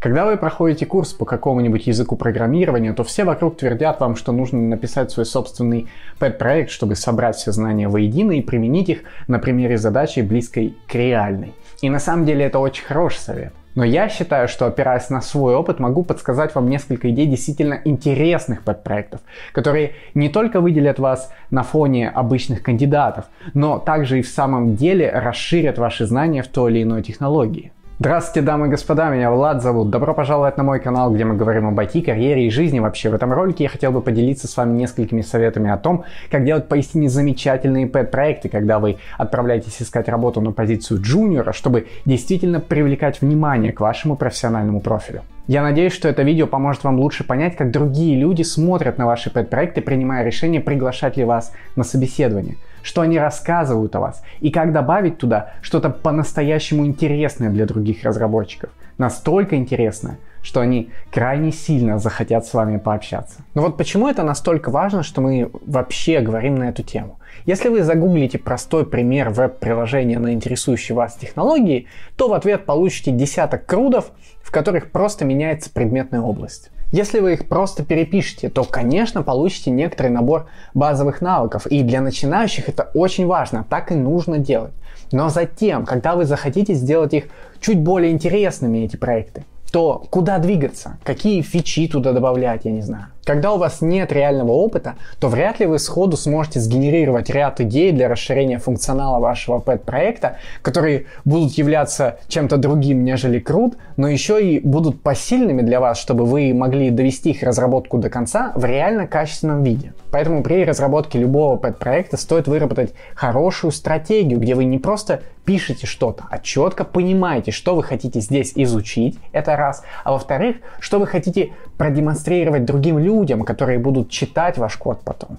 Когда вы проходите курс по какому-нибудь языку программирования, то все вокруг твердят вам, что нужно написать свой собственный пэт-проект, чтобы собрать все знания воедино и применить их на примере задачи, близкой к реальной. И на самом деле это очень хороший совет. Но я считаю, что, опираясь на свой опыт, могу подсказать вам несколько идей действительно интересных пэт-проектов, которые не только выделят вас на фоне обычных кандидатов, но также и в самом деле расширят ваши знания в той или иной технологии. Здравствуйте, дамы и господа, меня Влад зовут. Добро пожаловать на мой канал, где мы говорим об IT, карьере и жизни вообще. В этом ролике я хотел бы поделиться с вами несколькими советами о том, как делать поистине замечательные пэт-проекты, когда вы отправляетесь искать работу на позицию джуниора, чтобы действительно привлекать внимание к вашему профессиональному профилю. Я надеюсь, что это видео поможет вам лучше понять, как другие люди смотрят на ваши пэт-проекты, принимая решение, приглашать ли вас на собеседование, что они рассказывают о вас и как добавить туда что-то по-настоящему интересное для других разработчиков. Настолько интересное, что они крайне сильно захотят с вами пообщаться. Но вот почему это настолько важно, что мы вообще говорим на эту тему? Если вы загуглите простой пример веб-приложения на интересующие вас технологии, то в ответ получите десяток крудов, в которых просто меняется предметная область. Если вы их просто перепишете, то, конечно, получите некоторый набор базовых навыков, и для начинающих это очень важно, так и нужно делать. Но затем, когда вы захотите сделать их чуть более интересными, эти проекты, то куда двигаться? Какие фичи туда добавлять, я не знаю. Когда у вас нет реального опыта, то вряд ли вы сходу сможете сгенерировать ряд идей для расширения функционала вашего пэт-проекта, которые будут являться чем-то другим, нежели CRUD, но еще и будут посильными для вас, чтобы вы могли довести их разработку до конца в реально качественном виде. Поэтому при разработке любого пэт-проекта стоит выработать хорошую стратегию, где вы не просто пишете что-то, а четко понимаете, что вы хотите здесь изучить, это раз, а во-вторых, что вы хотите продемонстрировать другим людям, которые будут читать ваш код потом.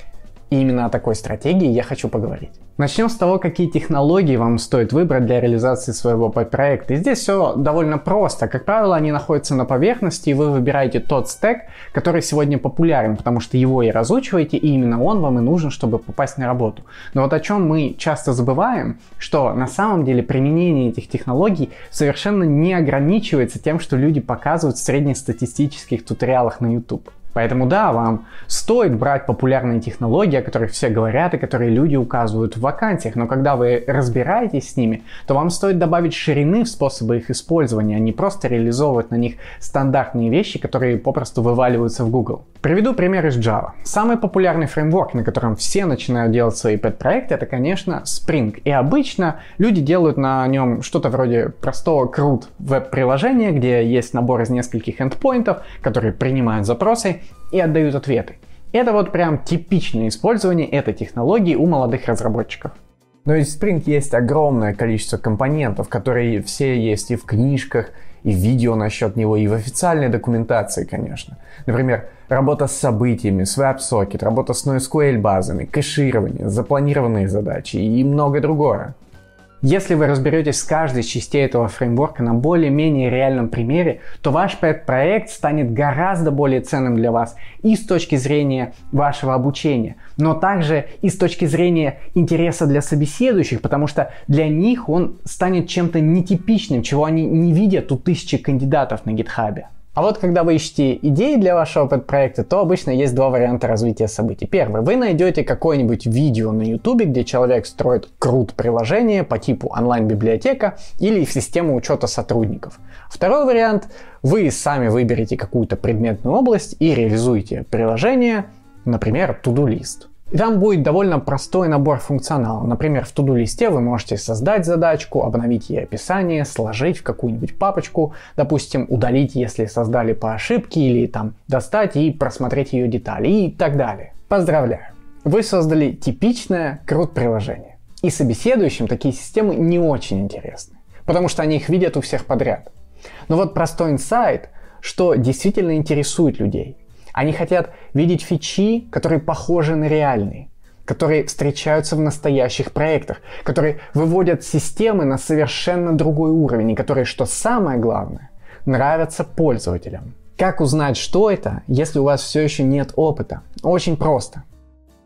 И именно о такой стратегии я хочу поговорить. Начнем с того, какие технологии вам стоит выбрать для реализации своего пэт-проекта. И здесь все довольно просто. Как правило, они находятся на поверхности, и вы выбираете тот стэк, который сегодня популярен, потому что его и разучиваете, и именно он вам и нужен, чтобы попасть на работу. Но вот о чем мы часто забываем, что на самом деле применение этих технологий совершенно не ограничивается тем, что люди показывают в среднестатистических туториалах на YouTube. Поэтому да, вам стоит брать популярные технологии, о которых все говорят и которые люди указывают в вакансиях, но когда вы разбираетесь с ними, то вам стоит добавить ширины в способы их использования, а не просто реализовывать на них стандартные вещи, которые попросту вываливаются в Google. Приведу пример из Java. Самый популярный фреймворк, на котором все начинают делать свои пэт-проекты, это, конечно, Spring. И обычно люди делают на нем что-то вроде простого CRUD веб-приложения, где есть набор из нескольких эндпоинтов, которые принимают запросы и отдают ответы. Это вот прям типичное использование этой технологии у молодых разработчиков. Но ведь в Spring есть огромное количество компонентов, которые все есть и в книжках, и в видео насчет него, и в официальной документации, конечно. Например, работа с событиями, с WebSocket, работа с NoSQL базами, кэширование, запланированные задачи и многое другое. Если вы разберетесь с каждой из частей этого фреймворка на более-менее реальном примере, то ваш пэт-проект станет гораздо более ценным для вас и с точки зрения вашего обучения, но также и с точки зрения интереса для собеседующих, потому что для них он станет чем-то нетипичным, чего они не видят у тысячи кандидатов на GitHub. А вот когда вы ищете идеи для вашего пэт-проекта, то обычно есть два варианта развития событий. Первый. Вы найдете какое-нибудь видео на YouTube, где человек строит CRUD-приложение по типу онлайн-библиотека или в систему учета сотрудников. Второй вариант. Вы сами выберете какую-то предметную область и реализуете приложение, например, To-Do-лист. И там будет довольно простой набор функционала. Например, в To-Do-листе вы можете создать задачку, обновить ей описание, сложить в какую-нибудь папочку, допустим, удалить, если создали по ошибке, или там достать и просмотреть ее детали и так далее. Поздравляю! Вы создали типичное CRUD-приложение. И собеседующим такие системы не очень интересны, потому что они их видят у всех подряд. Но вот простой инсайт, что действительно интересует людей. Они хотят видеть фичи, которые похожи на реальные, которые встречаются в настоящих проектах, которые выводят системы на совершенно другой уровень и которые, что самое главное, нравятся пользователям. Как узнать, что это, если у вас все еще нет опыта? Очень просто.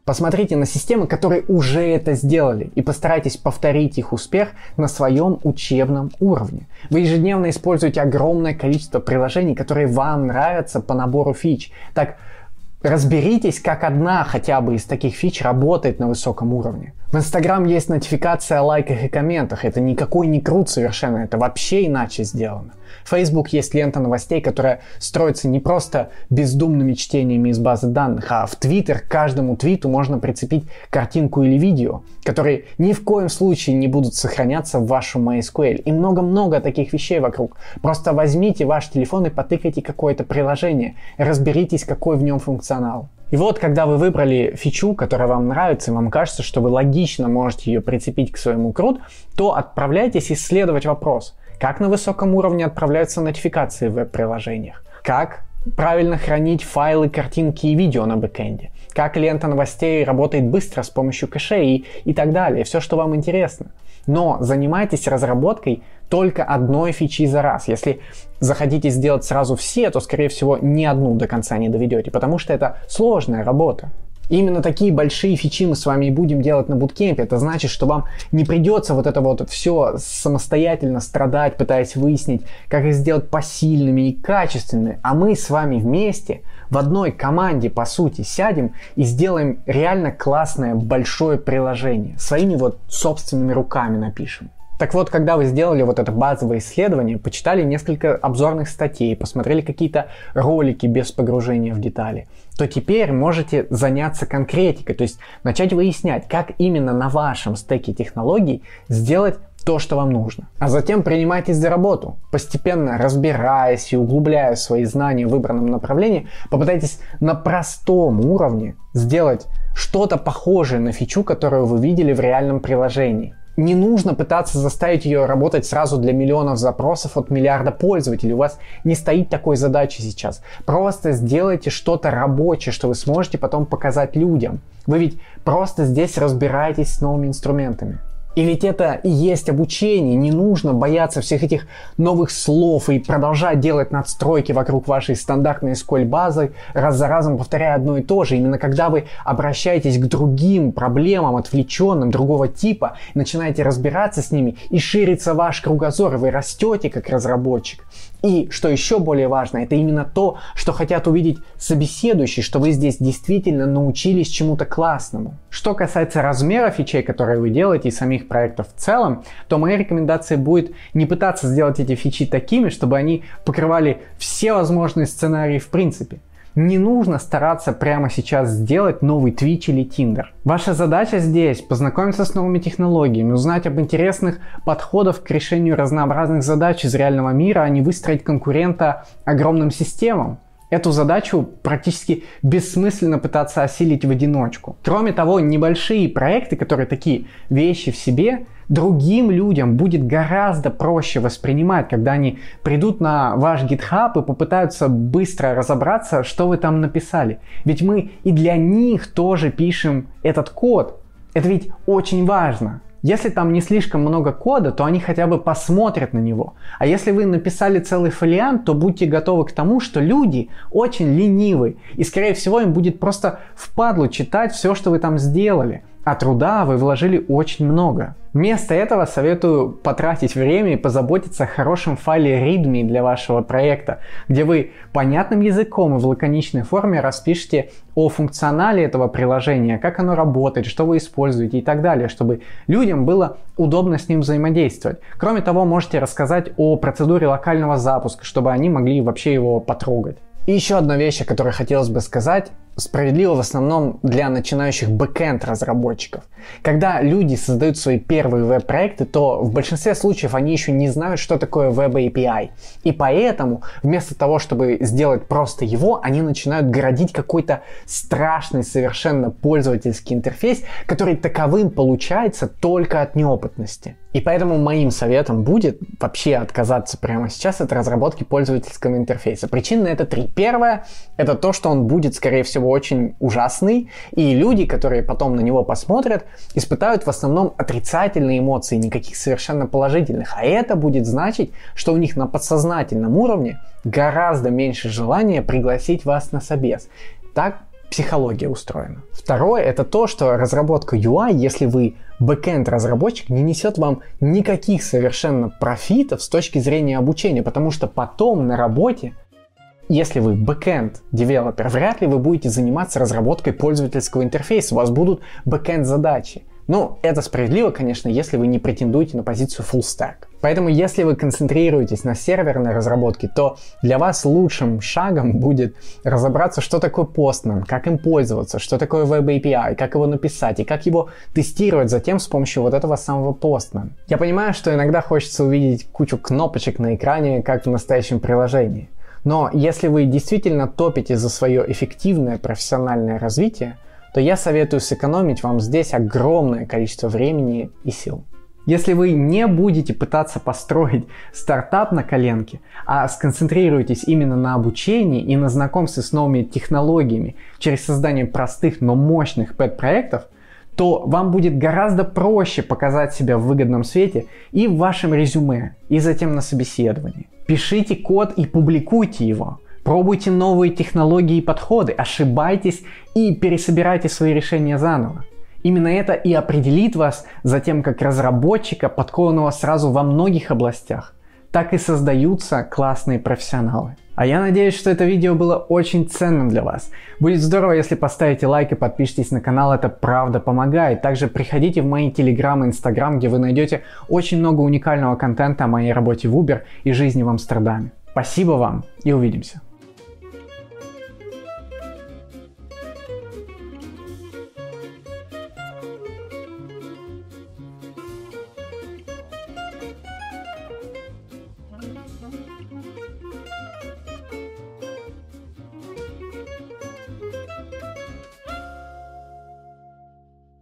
Посмотрите на системы, которые уже это сделали, и постарайтесь повторить их успех на своем учебном уровне. Вы ежедневно используете огромное количество приложений, которые вам нравятся по набору фич. Так, разберитесь, как одна хотя бы из таких фич работает на высоком уровне. В Instagram есть нотификация о лайках и комментах. Это никакой не крут совершенно, это вообще иначе сделано. В Facebook есть лента новостей, которая строится не просто бездумными чтениями из базы данных, а в Twitter к каждому твиту можно прицепить картинку или видео, которые ни в коем случае не будут сохраняться в вашем MySQL. И много-много таких вещей вокруг. Просто возьмите ваш телефон и потыкайте какое-то приложение, разберитесь, какой в нем функционал. И вот, когда вы выбрали фичу, которая вам нравится, и вам кажется, что вы логично можете ее прицепить к своему CRUD, то отправляйтесь исследовать вопрос, как на высоком уровне отправляются нотификации в веб-приложениях, как правильно хранить файлы, картинки и видео на бэкэнде, как лента новостей работает быстро с помощью кэшей и так далее, все, что вам интересно. Но занимайтесь разработкой только одной фичи за раз. Если захотите сделать сразу все, то, скорее всего, ни одну до конца не доведете, потому что это сложная работа. И именно такие большие фичи мы с вами и будем делать на буткемпе. Это значит, что вам не придется вот это вот все самостоятельно страдать, пытаясь выяснить, как их сделать посильными и качественными. А мы с вами вместе в одной команде, по сути, сядем и сделаем реально классное большое приложение. Своими вот собственными руками напишем. Так вот, когда вы сделали вот это базовое исследование, почитали несколько обзорных статей, посмотрели какие-то ролики без погружения в детали, то теперь можете заняться конкретикой, то есть начать выяснять, как именно на вашем стеке технологий сделать то, что вам нужно. А затем принимайтесь за работу. Постепенно разбираясь и углубляя свои знания в выбранном направлении, попытайтесь на простом уровне сделать что-то похожее на фичу, которую вы видели в реальном приложении. Не нужно пытаться заставить ее работать сразу для миллионов запросов от миллиарда пользователей. У вас не стоит такой задачи сейчас. Просто сделайте что-то рабочее, что вы сможете потом показать людям. Вы ведь просто здесь разбираетесь с новыми инструментами. И ведь это и есть обучение, не нужно бояться всех этих новых слов и продолжать делать надстройки вокруг вашей стандартной SQL-базы, раз за разом повторяя одно и то же. Именно когда вы обращаетесь к другим проблемам, отвлеченным, другого типа, начинаете разбираться с ними, и ширится ваш кругозор, и вы растете как разработчик. И, что еще более важно, это именно то, что хотят увидеть собеседующие, что вы здесь действительно научились чему-то классному. Что касается размера фичей, которые вы делаете, и самих проектов в целом, то моя рекомендация будет не пытаться сделать эти фичи такими, чтобы они покрывали все возможные сценарии в принципе. Не нужно стараться прямо сейчас сделать новый Twitch или Tinder. Ваша задача здесь познакомиться с новыми технологиями, узнать об интересных подходах к решению разнообразных задач из реального мира, а не выстроить конкурента огромным системам. Эту задачу практически бессмысленно пытаться осилить в одиночку. Кроме того, небольшие проекты, которые такие вещи в себе, другим людям будет гораздо проще воспринимать, когда они придут на ваш GitHub и попытаются быстро разобраться, что вы там написали. Ведь мы и для них тоже пишем этот код. Это ведь очень важно. Если там не слишком много кода, то они хотя бы посмотрят на него. А если вы написали целый фолиант, то будьте готовы к тому, что люди очень ленивы. И скорее всего им будет просто впадлу читать все, что вы там сделали. А труда вы вложили очень много. Вместо этого советую потратить время и позаботиться о хорошем файле README для вашего проекта, где вы понятным языком и в лаконичной форме распишите о функционале этого приложения, как оно работает, что вы используете и так далее, чтобы людям было удобно с ним взаимодействовать. Кроме того, можете рассказать о процедуре локального запуска, чтобы они могли вообще его потрогать. И еще одна вещь, о которой хотелось бы сказать, справедливо в основном для начинающих бэкэнд разработчиков. Когда люди создают свои первые веб-проекты, то в большинстве случаев они еще не знают, что такое Web API. И поэтому вместо того, чтобы сделать просто его, они начинают городить какой-то страшный совершенно пользовательский интерфейс, который таковым получается только от неопытности. И поэтому моим советом будет вообще отказаться прямо сейчас от разработки пользовательского интерфейса. Причин на это три. Первое — это то, что он будет, скорее всего, очень ужасный, и люди, которые потом на него посмотрят, испытают в основном отрицательные эмоции, никаких совершенно положительных. А это будет значить, что у них на подсознательном уровне гораздо меньше желания пригласить вас на собес. Так психология устроена. Второе, это то, что разработка UI, если вы бэкэнд-разработчик, не несет вам никаких совершенно профитов с точки зрения обучения, потому что потом на работе, если вы бэкэнд-девелопер, вряд ли вы будете заниматься разработкой пользовательского интерфейса, у вас будут бэкэнд-задачи. Ну, это справедливо, конечно, если вы не претендуете на позицию full stack. Поэтому, если вы концентрируетесь на серверной разработке, то для вас лучшим шагом будет разобраться, что такое Postman, как им пользоваться, что такое Web API, как его написать и как его тестировать затем с помощью вот этого самого Postman. Я понимаю, что иногда хочется увидеть кучу кнопочек на экране, как в настоящем приложении. Но если вы действительно топите за свое эффективное профессиональное развитие, то я советую сэкономить вам здесь огромное количество времени и сил. Если вы не будете пытаться построить стартап на коленке, а сконцентрируетесь именно на обучении и на знакомстве с новыми технологиями через создание простых, но мощных пэт-проектов, то вам будет гораздо проще показать себя в выгодном свете и в вашем резюме, и затем на собеседовании. Пишите код и публикуйте его. Пробуйте новые технологии и подходы, ошибайтесь и пересобирайте свои решения заново. Именно это и определит вас затем как разработчика, подкованного сразу во многих областях. Так и создаются классные профессионалы. А я надеюсь, что это видео было очень ценным для вас. Будет здорово, если поставите лайк и подпишитесь на канал, это правда помогает. Также приходите в мои Telegram и Instagram, где вы найдете очень много уникального контента о моей работе в Uber и жизни в Амстердаме. Спасибо вам и увидимся.